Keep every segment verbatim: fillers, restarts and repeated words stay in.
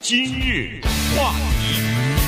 今日话题，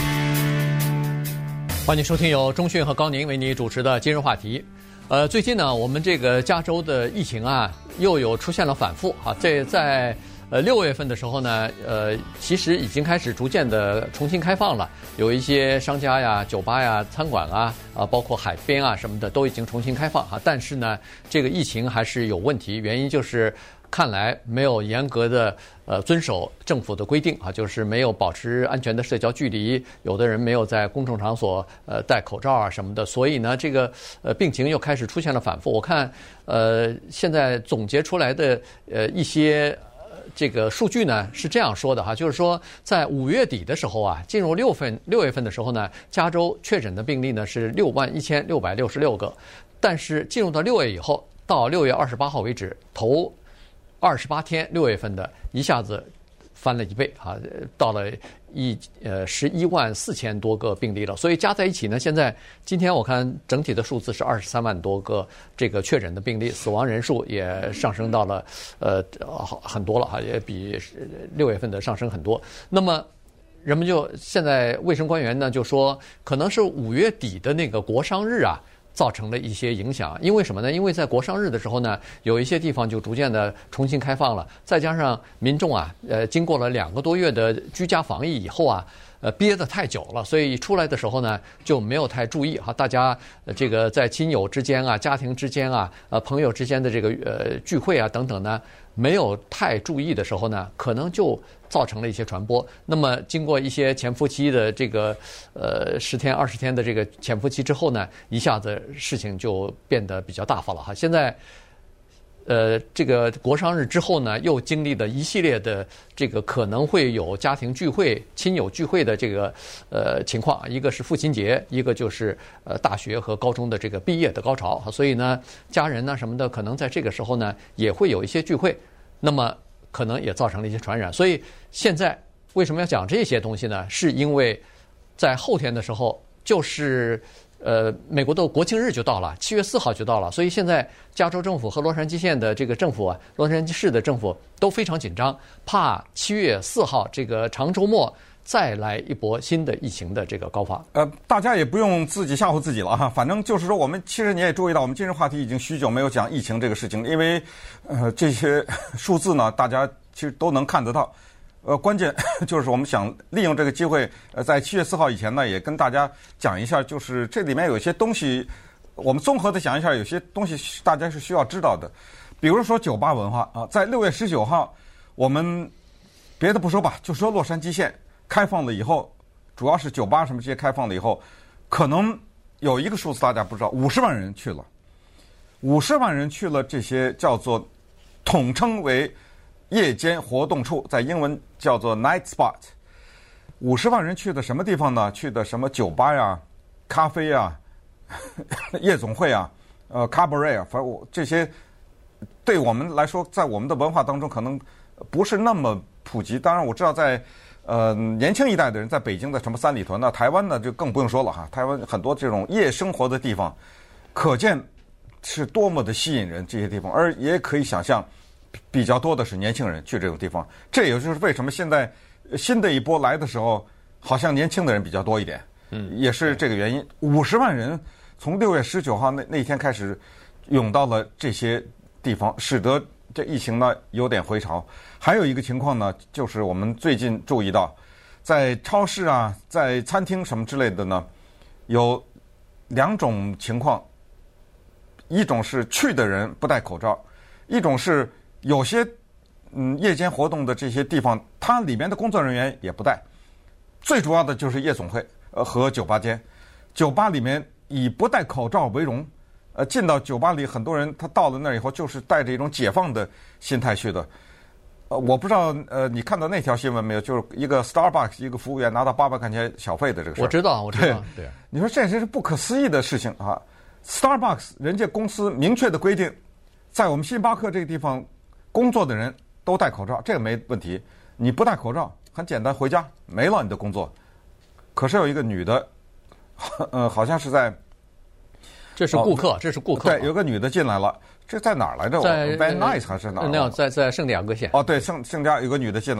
欢迎收听由钟迅和高宁为你主持的今日话题。呃，最近呢，我们这个加州的疫情啊，又有出现了反复啊。这在呃六月份的时候呢，呃，其实已经开始逐渐的重新开放了，有一些商家呀、酒吧呀、餐馆啊，啊，包括海边啊什么的，都已经重新开放啊。但是呢，这个疫情还是有问题，原因就是看来没有严格的呃遵守政府的规定啊，就是没有保持安全的社交距离，有的人没有在公众场所呃戴口罩啊什么的，所以呢，这个呃病情又开始出现了反复。我看呃现在总结出来的呃一些这个数据呢是这样说的哈，就是说在五月底的时候啊，进入六份六月份的时候呢，加州确诊的病例呢是六万一千六百六十六个，但是进入到六月以后，到六月二十八号为止，头二十八天，六月份的一下子翻了一倍啊，到了一呃十一万四千多个病例了。所以加在一起呢，现在今天我看整体的数字是二十三万多个这个确诊的病例，死亡人数也上升到了呃很多了哈，也比六月份的上升很多。那么人们就现在卫生官员呢就说，可能是五月底的那个国殇日啊，造成了一些影响。因为什么呢？因为在国殇日的时候呢，有一些地方就逐渐的重新开放了，再加上民众啊，呃，经过了两个多月的居家防疫以后啊，呃，憋得太久了，所以出来的时候呢，就没有太注意哈。大家呃这个在亲友之间啊、家庭之间啊、呃朋友之间的这个呃聚会啊等等呢，没有太注意的时候呢，可能就造成了一些传播。那么经过一些潜伏期的这个呃十天、二十天的这个潜伏期之后呢，一下子事情就变得比较大发了哈。现在。呃，这个国殇日之后呢，又经历了一系列的这个可能会有家庭聚会、亲友聚会的这个呃情况。一个是父亲节，一个就是呃大学和高中的这个毕业的高潮。所以呢，家人呢什么的，可能在这个时候呢也会有一些聚会，那么可能也造成了一些传染。所以现在为什么要讲这些东西呢？是因为在后天的时候，就是呃，美国的国庆日就到了，七月四号就到了，所以现在加州政府和洛杉矶县的这个政府啊，洛杉矶市的政府都非常紧张，怕七月四号这个长周末再来一波新的疫情的这个高发。 呃，大家也不用自己吓唬自己了哈，反正就是说，我们其实你也注意到，我们今日话题已经许久没有讲疫情这个事情，因为呃这些数字呢，大家其实都能看得到。呃，关键就是我们想利用这个机会，呃，在七月四号以前呢，也跟大家讲一下，就是这里面有些东西，我们综合的讲一下，有些东西大家是需要知道的。比如说酒吧文化啊，在六月十九号，我们别的不说吧，就说洛杉矶县开放了以后，主要是酒吧什么这些开放了以后，可能有一个数字大家不知道，五十万人去了，五十万人去了这些叫做统称为夜间活动处，在英文叫做 night spot。五十万人去的什么地方呢？去的什么酒吧呀、咖啡呀、夜总会啊、呃 cabaret 啊，反正我这些对我们来说，在我们的文化当中可能不是那么普及。当然，我知道在呃年轻一代的人，在北京的什么三里屯呢、台湾呢，就更不用说了哈。台湾很多这种夜生活的地方，可见是多么的吸引人。这些地方，而也可以想象。比较多的是年轻人去这种地方，这也就是为什么现在新的一波来的时候，好像年轻的人比较多一点，嗯，也是这个原因。五十万人从六月十九号那那天开始涌到了这些地方，使得这疫情呢有点回潮。还有一个情况呢，就是我们最近注意到，在超市啊、在餐厅什么之类的呢，有两种情况，一种是去的人不戴口罩，一种是有些嗯夜间活动的这些地方，它里面的工作人员也不戴。最主要的就是夜总会呃和酒吧间，酒吧里面以不戴口罩为荣。呃，进到酒吧里，很多人他到了那儿以后，就是带着一种解放的心态去的。呃，我不知道呃，你看到那条新闻没有？就是一个 Starbucks 一个服务员拿到八百块钱小费的这个事儿。 我知道，我知道。对， 对你说这真是不可思议的事情啊 ！Starbucks 人家公司明确的规定，在我们星巴克这个地方工作的人都戴口罩，这个没问题。你不戴口罩，很简单，回家没了你的工作。可是有一个女的，呃，好像是在， 这是顾客，哦、这是顾客。 对，有个女的进来了，这在哪儿来着？ 在 Van Nuys 还是哪儿？ 那在在圣地亚哥县。 哦，对，圣圣地亚有个女的进来，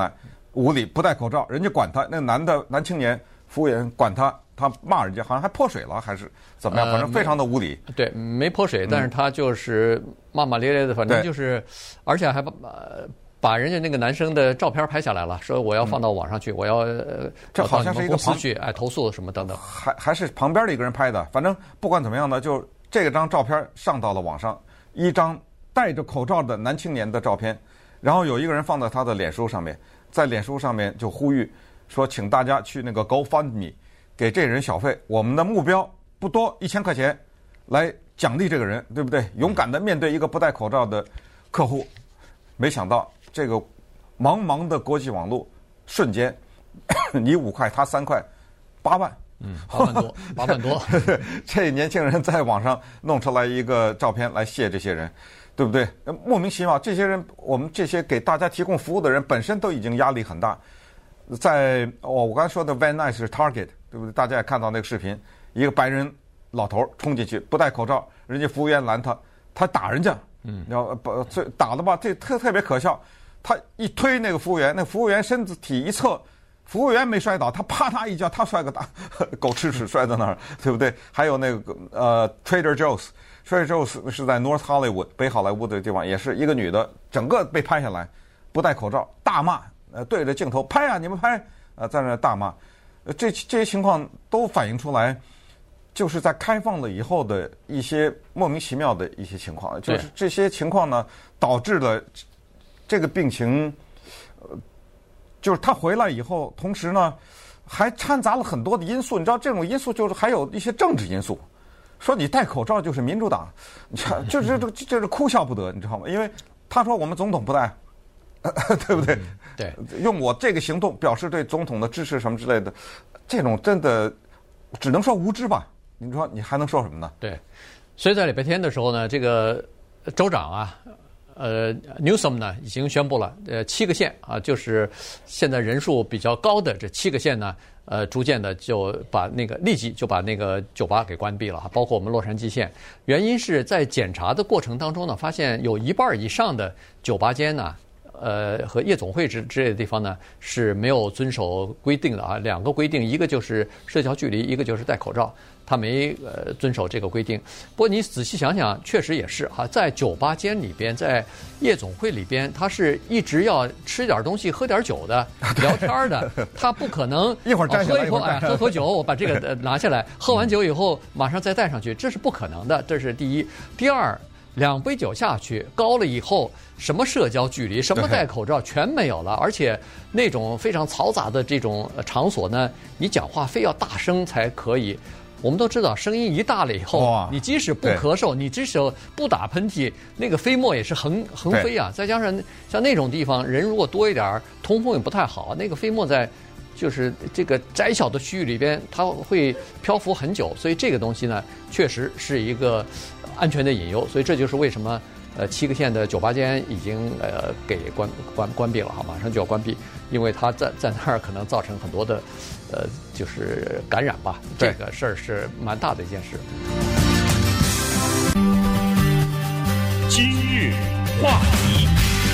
无理，不戴口罩，人家管他，那男的男青年服务员管他，他骂人家，好像还泼水了，还是怎么样？反正非常的无理。 呃、对，没泼水，但是他就是骂骂咧咧的，反正就是，而且还把把人家那个男生的照片拍下来了，说我要放到网上去，嗯、我要呃， 这好像是一个公司去哎投诉什么等等。 还还是旁边的一个人拍的，反正不管怎么样呢，就这个张照片上到了网上，一张戴着口罩的男青年的照片，然后有一个人放在他的脸书上面，在脸书上面就呼吁说，请大家去那个 GoFundMe 给这人小费，我们的目标不多，一千块钱，来奖励这个人，对不对？勇敢的面对一个不戴口罩的客户，没想到这个茫茫的国际网络瞬间，你五块，他三块，八万。 嗯，八万多，八万多。 这年轻人在网上弄出来一个照片来谢这些人，对不对？莫名其妙，这些人，我们这些给大家提供服务的人本身都已经压力很大。在哦，我刚才说的 Van Nuys 是 Target， 对不对？大家也看到那个视频，一个白人老头冲进去，不戴口罩，人家服务员拦他，他打人家，嗯，然后把这打的吧，这特特别可笑。他一推那个服务员，那服务员身子体一侧。服务员没摔倒，他啪嗒一脚，他摔个大狗吃屎摔在那儿，对不对？还有那个呃 Trader Joe's，Trader Joe's 是在 North Hollywood 北好莱坞的地方，也是一个女的，整个被拍下来，不戴口罩，大骂，呃，对着镜头拍啊，你们拍，呃，在那大骂，呃，这这些情况都反映出来，就是在开放了以后的一些莫名其妙的一些情况，就是这些情况呢，导致了这个病情，呃。就是他回来以后，同时呢，还掺杂了很多的因素。你知道，这种因素就是还有一些政治因素。说你戴口罩就是民主党，就是这这这是哭笑不得，你知道吗？因为他说我们总统不戴，对不对？ 嗯、对， 用我这个行动表示对总统的支持什么之类的，这种真的只能说无知吧。你说你还能说什么呢？ 对，所以在礼拜天的时候呢，这个州长啊。呃 ，Newsom 呢已经宣布了，呃，七个县啊，就是现在人数比较高的这七个县呢，呃，逐渐的就把那个立即就把那个酒吧给关闭了，包括我们洛杉矶县。原因是在检查的过程当中呢，发现有一半以上的酒吧间呢，呃，和夜总会之之类的地方呢是没有遵守规定的啊。两个规定，一个就是社交距离，一个就是戴口罩。他没呃遵守这个规定，不过你仔细想想，确实也是哈，在酒吧间里边，在夜总会里边，他是一直要吃点东西、喝点酒的、聊天的，他不可能一会儿摘下来喝一口哎，喝口酒，我把这个拿下来，喝完酒以后马上再戴上去，这是不可能的，这是第一。第二，两杯酒下去，高了以后，什么社交距离、什么戴口罩全没有了，而且那种非常嘈杂的这种场所呢，你讲话非要大声才可以。我们都知道，声音一大了以后，你即使不咳嗽，你即使不打喷嚏，那个飞沫也是横横飞啊。再加上像那种地方，人如果多一点，通风也不太好，那个飞沫在就是这个窄小的区域里边，它会漂浮很久。所以这个东西呢，确实是一个安全的隐忧。所以这就是为什么呃七个县的酒吧间已经呃给关关关闭了哈，马上就要关闭，因为它在在那儿可能造成很多的。呃，就是感染吧，这个事儿是蛮大的一件事。 今日话题，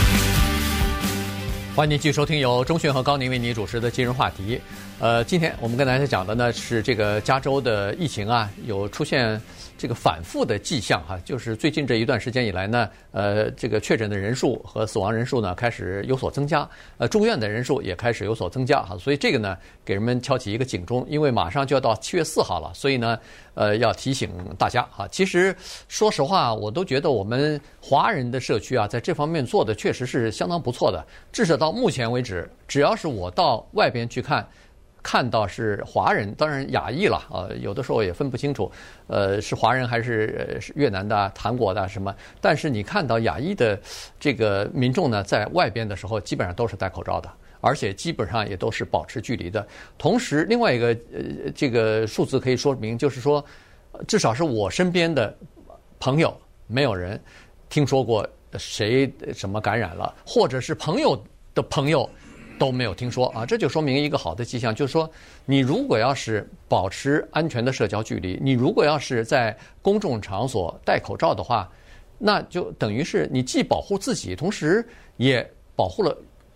欢迎您继续收听由钟迅和高宁为您主持的今日话题。呃，今天我们跟大家讲的呢是这个加州的疫情啊，有出现这个反复的迹象哈，就是最近这一段时间以来呢，呃，这个确诊的人数和死亡人数呢开始有所增加，呃，住院的人数也开始有所增加哈，所以这个呢给人们敲起一个警钟，因为马上就要到七月四号了，所以呢，呃，要提醒大家哈。其实说实话，我都觉得我们华人的社区啊，在这方面做的确实是相当不错的，至少到目前为止，只要是我到外边去看。看到是华人，当然亚裔了啊，有的时候也分不清楚，呃，是华人还是是越南的、韩国的什么。但是你看到亚裔的这个民众呢，在外边的时候，基本上都是戴口罩的，而且基本上也都是保持距离的。同时，另外一个呃，这个数字可以说明，就是说，至少是我身边的朋友，没有人听说过谁什么感染了，或者是朋友的朋友。都没有听说啊，这就说明一个好的迹象，就是说，你如果要是保持安全的社交距离，你如果要是在公众场所戴口罩的话，那就等于是你既保护自己，同时也保护了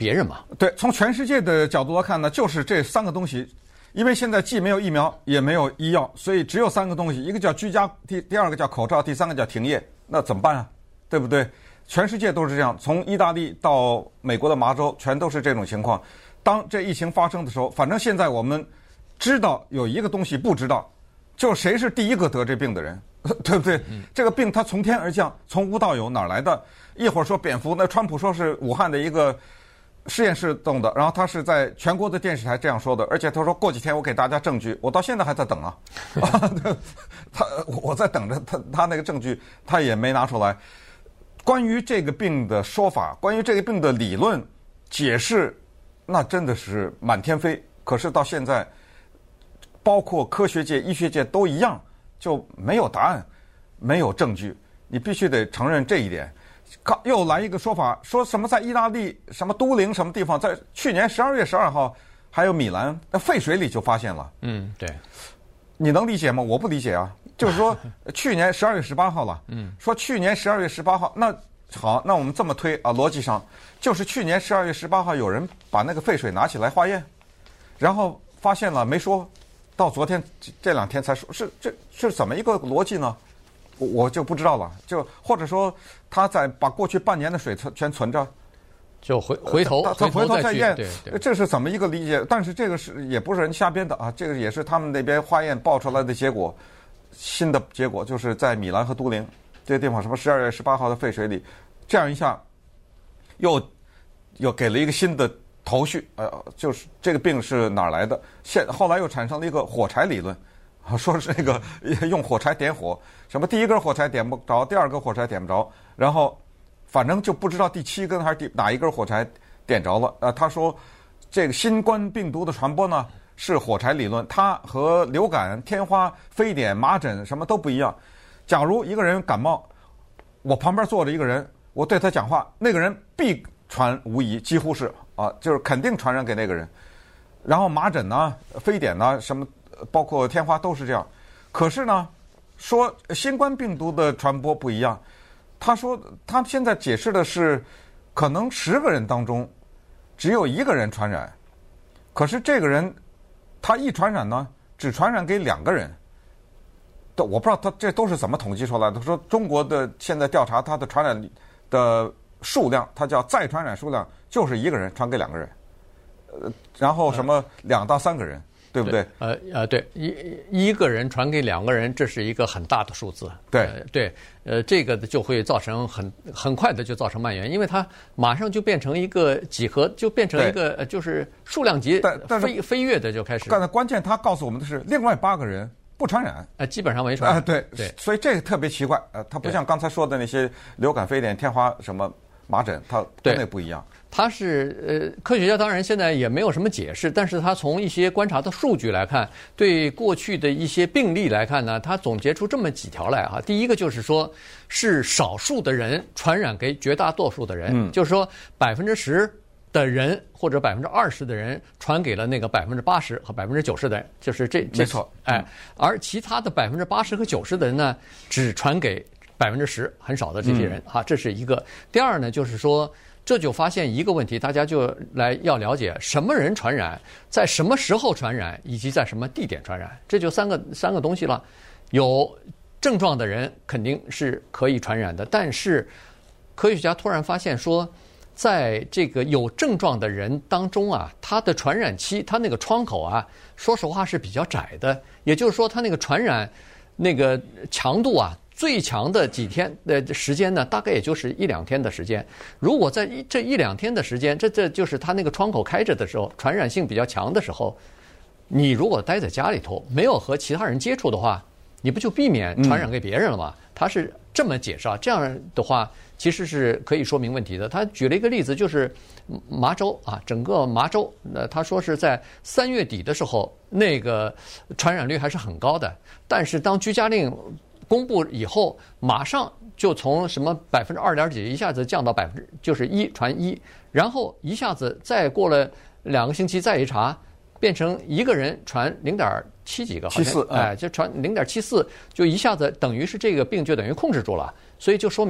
别人嘛。 对，从全世界的角度来看呢，就是这三个东西。因为现在既没有疫苗，也没有医药，所以只有三个东西：一个叫居家，第第二个叫口罩，第三个叫停业。那怎么办啊？对不对？全世界都是这样，从意大利到美国的麻州，全都是这种情况。当这疫情发生的时候，反正现在我们知道有一个东西不知道，就是谁是第一个得这病的人，对不对？嗯、这个病它从天而降，从无到有，哪儿来的？一会儿说蝙蝠，那川普说是武汉的一个实验室动的，然后他是在全国的电视台这样说的，而且他说过几天我给大家证据，我到现在还在等啊，他我在等着他他那个证据他也没拿出来。关于这个病的说法，关于这个病的理论解释，那真的是满天飞。可是到现在，包括科学界、医学界都一样，就没有答案，没有证据，你必须得承认这一点。又来一个说法，说什么在意大利什么都灵什么地方，在去年十二月十二号，还有米兰，那废水里就发现了。 嗯，对， 你能理解吗？我不理解啊。就是说，去年十二月十八号了。嗯，说去年十二月十八号，那好，那我们这么推啊，逻辑上就是去年十二月十八号有人把那个废水拿起来化验，然后发现了没说，到昨天这两天才说，是这是怎么一个逻辑呢？我就不知道了，就或者说他在把过去半年的水存全存着， 就回回头他回头再验， 对对， 这是怎么一个理解？但是这个是也不是人瞎编的啊，这个也是他们那边化验报出来的结果。新的结果就是在米兰和都灵这些地方，什么十二月十八号的废水里，这样一下又又给了一个新的头绪，呃，就是这个病是哪儿来的？现后来又产生了一个火柴理论。说是那个用火柴点火，什么第一根火柴点不着，第二根火柴点不着，然后反正就不知道第七根还是第哪一根火柴点着了。呃，他说这个新冠病毒的传播呢是火柴理论，它和流感、天花、非典、麻疹什么都不一样。假如一个人感冒，我旁边坐着一个人，我对他讲话，那个人必传无疑，几乎是啊，就是肯定传染给那个人。然后麻疹呢、非典呢什么。包括天花都是这样，可是呢，说新冠病毒的传播不一样。他说他现在解释的是，可能十个人当中只有一个人传染，可是这个人他一传染呢，只传染给两个人。我不知道他这都是怎么统计出来的。他说中国的现在调查他的传染的数量，它叫再传染数量，就是一个人传给两个人，呃，然后什么两到三个人。对不对？ 呃呃，对，一一个人传给两个人，这是一个很大的数字。 对、 呃、对，呃，这个就会造成很很快的就造成蔓延，因为它马上就变成一个几何，就变成一个就是数量级飞飞跃的就开始。 但是关键他告诉我们的是，另外八个人不传染， 呃，基本上没传染。 啊、呃，对对， 所以这个特别奇怪。呃，它不像刚才说的那些流感、非典、天花什么麻疹，它跟那不一样。 它是呃，科学家当然现在也没有什么解释，但是他从一些观察的数据来看，对过去的一些病例来看呢，他总结出这么几条来哈。第一个就是说，是少数的人传染给绝大多数的人，嗯、就是说百分之十的人或者百分之二十的人传给了那个百分之八十和百分之九十的人，就是这这没错， 哎，嗯、而其他的百分之八十和九十的人呢，只传给百分之十很少的这些人哈、嗯，这是一个。第二呢，就是说。这就发现一个问题，大家就来要了解什么人传染，在什么时候传染，以及在什么地点传染，这就三个三个东西了。有症状的人肯定是可以传染的，但是科学家突然发现说，在这个有症状的人当中啊，他的传染期，他那个窗口啊，说实话是比较窄的，也就是说，他那个传染那个强度啊。最强的几天的时间呢，大概也就是一两天的时间。如果在这一两天的时间，这这就是他那个窗口开着的时候，传染性比较强的时候，你如果待在家里头，没有和其他人接触的话，你不就避免传染给别人了吗？他是这么解释啊。这样的话，其实是可以说明问题的。他举了一个例子，就是麻州啊，整个麻州，呃，他说是在三月底的时候，那个传染率还是很高的，但是当居家令公布以后，马上就从什么百分之二点几一下子降到百分之就是一传一，然后一下子再过了两个星期再一查，变成一个人传零点七几个， 七四， 哎，就传零点七四，就一下子等于是这个病就等于控制住了，所以就说明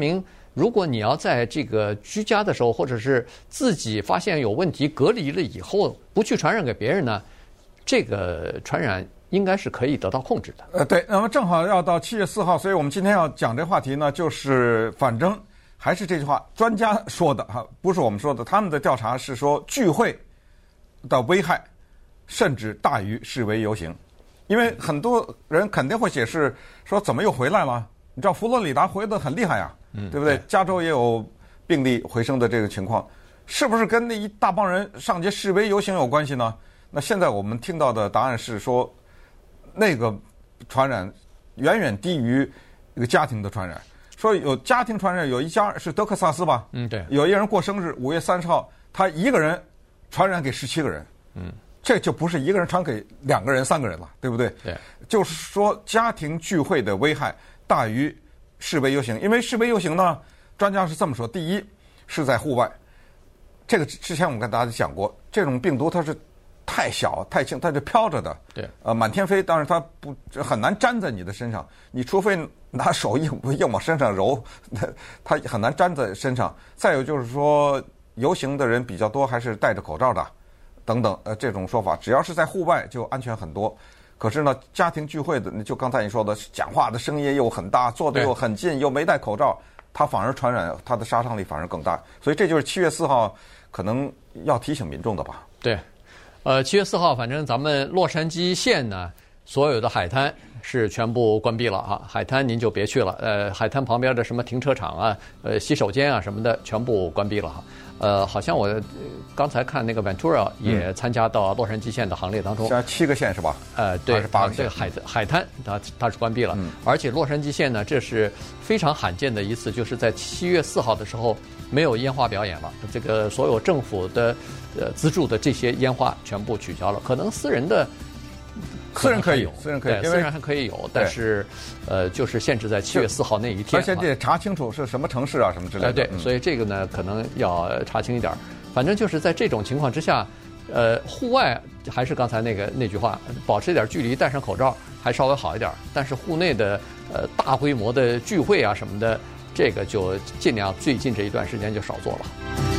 如果你要在这个居家的时候，或者是自己发现有问题隔离了以后，不去传染给别人呢，这个传染应该是可以得到控制的。 呃，对，那么正好要到七月四号，所以我们今天要讲这话题呢，就是反正还是这句话，专家说的哈，不是我们说的。他们的调查是说聚会的危害甚至大于示威游行，因为很多人肯定会解释说，怎么又回来了？你知道佛罗里达回得很厉害呀，对不对？ 对加州也有病例回升的这个情况，是不是跟那一大帮人上街示威游行有关系呢？那现在我们听到的答案是说，那个传染远远低于一个家庭的传染。说有家庭传染，有一家是德克萨斯吧？ 嗯，对。 有一人过生日，五月三十号，他一个人传染给十七个人。 嗯， 这就不是一个人传给两个人、三个人了，对不对？ 对。 就是说，家庭聚会的危害大于示威游行，因为示威游行呢，专家是这么说：第一，是在户外，这个之前我们跟大家讲过，这种病毒它是太小太轻，它就飘着的， 对， 呃，满天飞，当然它不很难粘在你的身上，你除非拿手硬硬往身上揉，它很难粘在身上。再有就是说，游行的人比较多，还是戴着口罩的，等等，呃，这种说法，只要是在户外就安全很多。可是呢，家庭聚会的，就刚才你说的，讲话的声音又很大，坐的又很近，又没戴口罩，它反而传染，它的杀伤力反而更大。所以这就是七月四号可能要提醒民众的吧？ 对，呃，七月四号，反正咱们洛杉矶县呢，所有的海滩是全部关闭了啊，海滩您就别去了。呃，海滩旁边的什么停车场啊、呃洗手间啊什么的，全部关闭了哈。呃，好像我、呃、刚才看那个 Ventura 也参加到洛杉矶县的行列当中。 现在七个县是吧？ 呃，对， 还是八个县？ 这个海海滩它它是关闭了，嗯、而且洛杉矶县呢，这是非常罕见的一次，就是在七月四号的时候没有烟花表演了，这个所有政府的呃资助的这些烟花全部取消了，可能私人的。 私人可以有， 私人可以， 私人还可以有，但是，呃，就是限制在七月四号那一天， 而且得查清楚是什么城市啊，什么之类的。 哎，对，嗯、所以这个呢，可能要查清一点。反正就是在这种情况之下，呃，户外还是刚才那个那句话，保持一点距离，戴上口罩还稍微好一点。但是户内的呃大规模的聚会啊什么的，这个就尽量最近这一段时间就少做了。